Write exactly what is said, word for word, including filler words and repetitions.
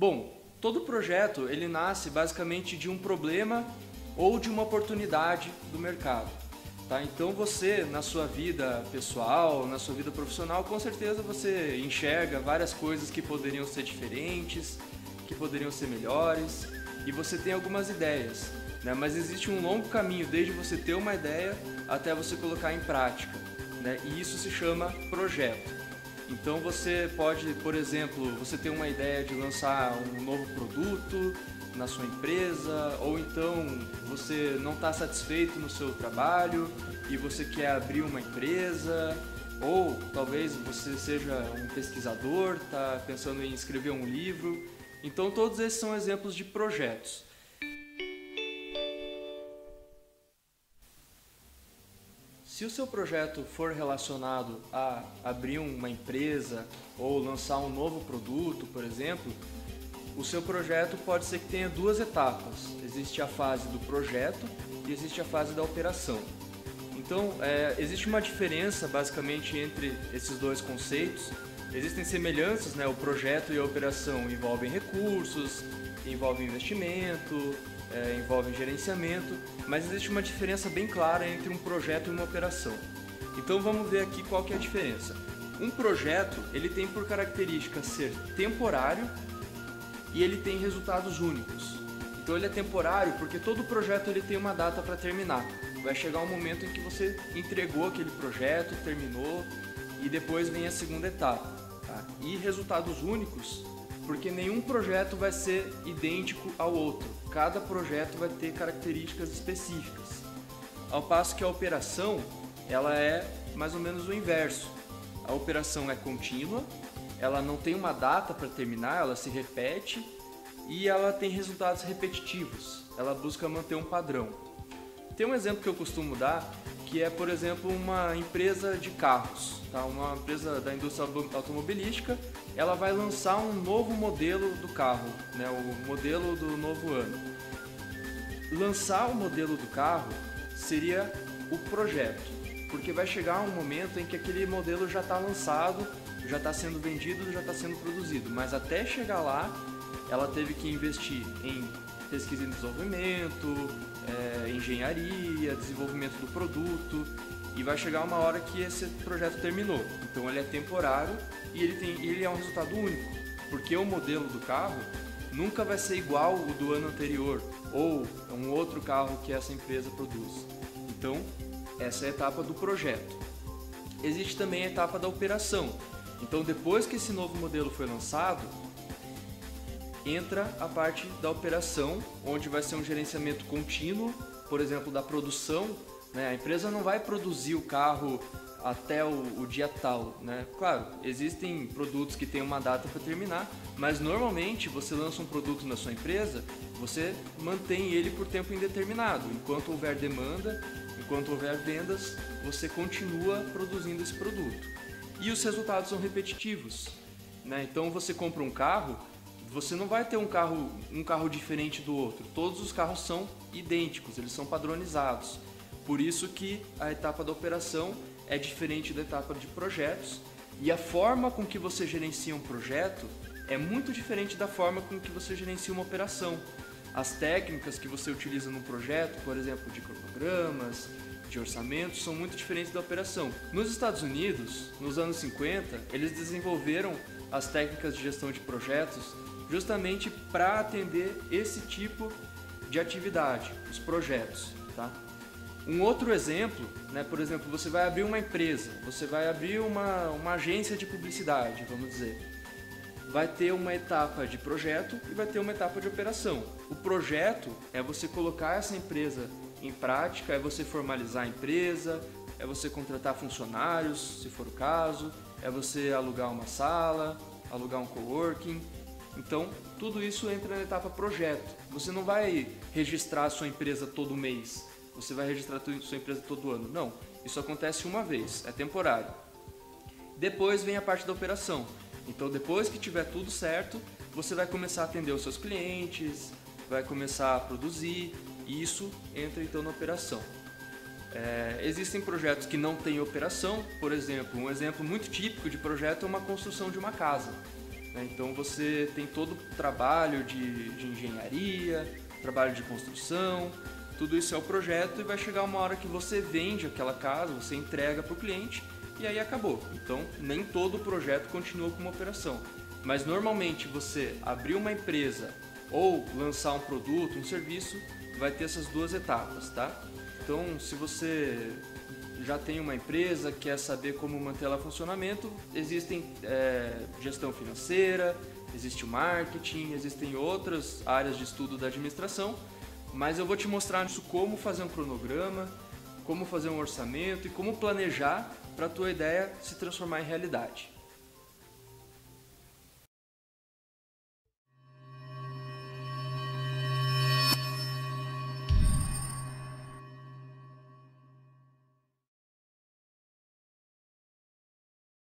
Bom, todo projeto ele nasce basicamente de um problema ou de uma oportunidade do mercado. Tá? Então você, na sua vida pessoal, na sua vida profissional, com certeza você enxerga várias coisas que poderiam ser diferentes, que poderiam ser melhores, e você tem algumas ideias, né? Mas existe um longo caminho desde você ter uma ideia até você colocar em prática, né? E isso se chama projeto. Então você pode, por exemplo, você ter uma ideia de lançar um novo produto na sua empresa, ou então você não está satisfeito no seu trabalho e você quer abrir uma empresa, ou talvez você seja um pesquisador, está pensando em escrever um livro. Então todos esses são exemplos de projetos. Se o seu projeto for relacionado a abrir uma empresa ou lançar um novo produto, por exemplo, o seu projeto pode ser que tenha duas etapas. Existe a fase do projeto e existe a fase da operação. Então, é, existe uma diferença basicamente entre esses dois conceitos. Existem semelhanças, né? O projeto e a operação envolvem recursos, envolvem investimento, é, envolvem gerenciamento, mas existe uma diferença bem clara entre um projeto e uma operação. Então vamos ver aqui qual que é a diferença. Um projeto ele tem por característica ser temporário e ele tem resultados únicos. Então ele é temporário porque todo projeto ele tem uma data para terminar. Vai chegar um momento em que você entregou aquele projeto, terminou, e depois vem a segunda etapa. Tá? E resultados únicos porque nenhum projeto vai ser idêntico ao outro. Cada projeto vai ter características específicas. Ao passo que a operação ela é mais ou menos o inverso. A operação é contínua, ela não tem uma data para terminar, ela se repete e ela tem resultados repetitivos. Ela busca manter um padrão. Tem um exemplo que eu costumo dar, que é, por exemplo, uma empresa de carros, tá? Uma empresa da indústria automobilística, ela vai lançar um novo modelo do carro, né? O modelo do novo ano. Lançar o modelo do carro seria o projeto, porque vai chegar um momento em que aquele modelo já está lançado, já está sendo vendido, já está sendo produzido, mas até chegar lá, ela teve que investir em pesquisa e desenvolvimento, é, engenharia, desenvolvimento do produto, e vai chegar uma hora que esse projeto terminou. Então ele é temporário e ele, tem, ele é um resultado único, porque o modelo do carro nunca vai ser igual o do ano anterior ou um outro carro que essa empresa produz. Então essa é a etapa do projeto. Existe também a etapa da operação. Então depois que esse novo modelo foi lançado, entra a parte da operação, onde vai ser um gerenciamento contínuo, por exemplo, da produção, né? A empresa não vai produzir o carro até o, o dia tal, né? Claro, existem produtos que têm uma data para terminar, mas normalmente você lança um produto na sua empresa, você mantém ele por tempo indeterminado. Enquanto houver demanda, enquanto houver vendas, você continua produzindo esse produto. E os resultados são repetitivos, né? Então você compra um carro, você não vai ter um carro, um carro diferente do outro. Todos os carros são idênticos, eles são padronizados. Por isso que a etapa da operação é diferente da etapa de projetos, e a forma com que você gerencia um projeto é muito diferente da forma com que você gerencia uma operação. As técnicas que você utiliza no projeto, por exemplo, de cronogramas, de orçamentos, são muito diferentes da operação. Nos Estados Unidos, nos anos cinquenta, eles desenvolveram as técnicas de gestão de projetos justamente para atender esse tipo de atividade, os projetos, tá? Um outro exemplo, né, por exemplo, você vai abrir uma empresa, você vai abrir uma, uma agência de publicidade, vamos dizer. Vai ter uma etapa de projeto e vai ter uma etapa de operação. O projeto é você colocar essa empresa em prática, é você formalizar a empresa, é você contratar funcionários, se for o caso, é você alugar uma sala, alugar um coworking. Então, tudo isso entra na etapa projeto. Você não vai registrar a sua empresa todo mês, você vai registrar a sua empresa todo ano. Não, isso acontece uma vez, é temporário. Depois vem a parte da operação. Então, depois que tiver tudo certo, você vai começar a atender os seus clientes, vai começar a produzir, e isso entra então na operação. É, existem projetos que não têm operação, por exemplo, um exemplo muito típico de projeto é uma construção de uma casa. né? Então você tem todo o trabalho de, de engenharia, trabalho de construção, tudo isso é o projeto e vai chegar uma hora que você vende aquela casa, você entrega para o cliente e aí acabou. Então nem todo o projeto continua como operação, mas normalmente você abrir uma empresa ou lançar um produto, um serviço, vai ter essas duas etapas, tá? Então se você já tem uma empresa, quer saber como manter ela em funcionamento, existem é, gestão financeira, existe o marketing, existem outras áreas de estudo da administração, mas eu vou te mostrar isso, como fazer um cronograma, como fazer um orçamento e como planejar para a tua ideia se transformar em realidade.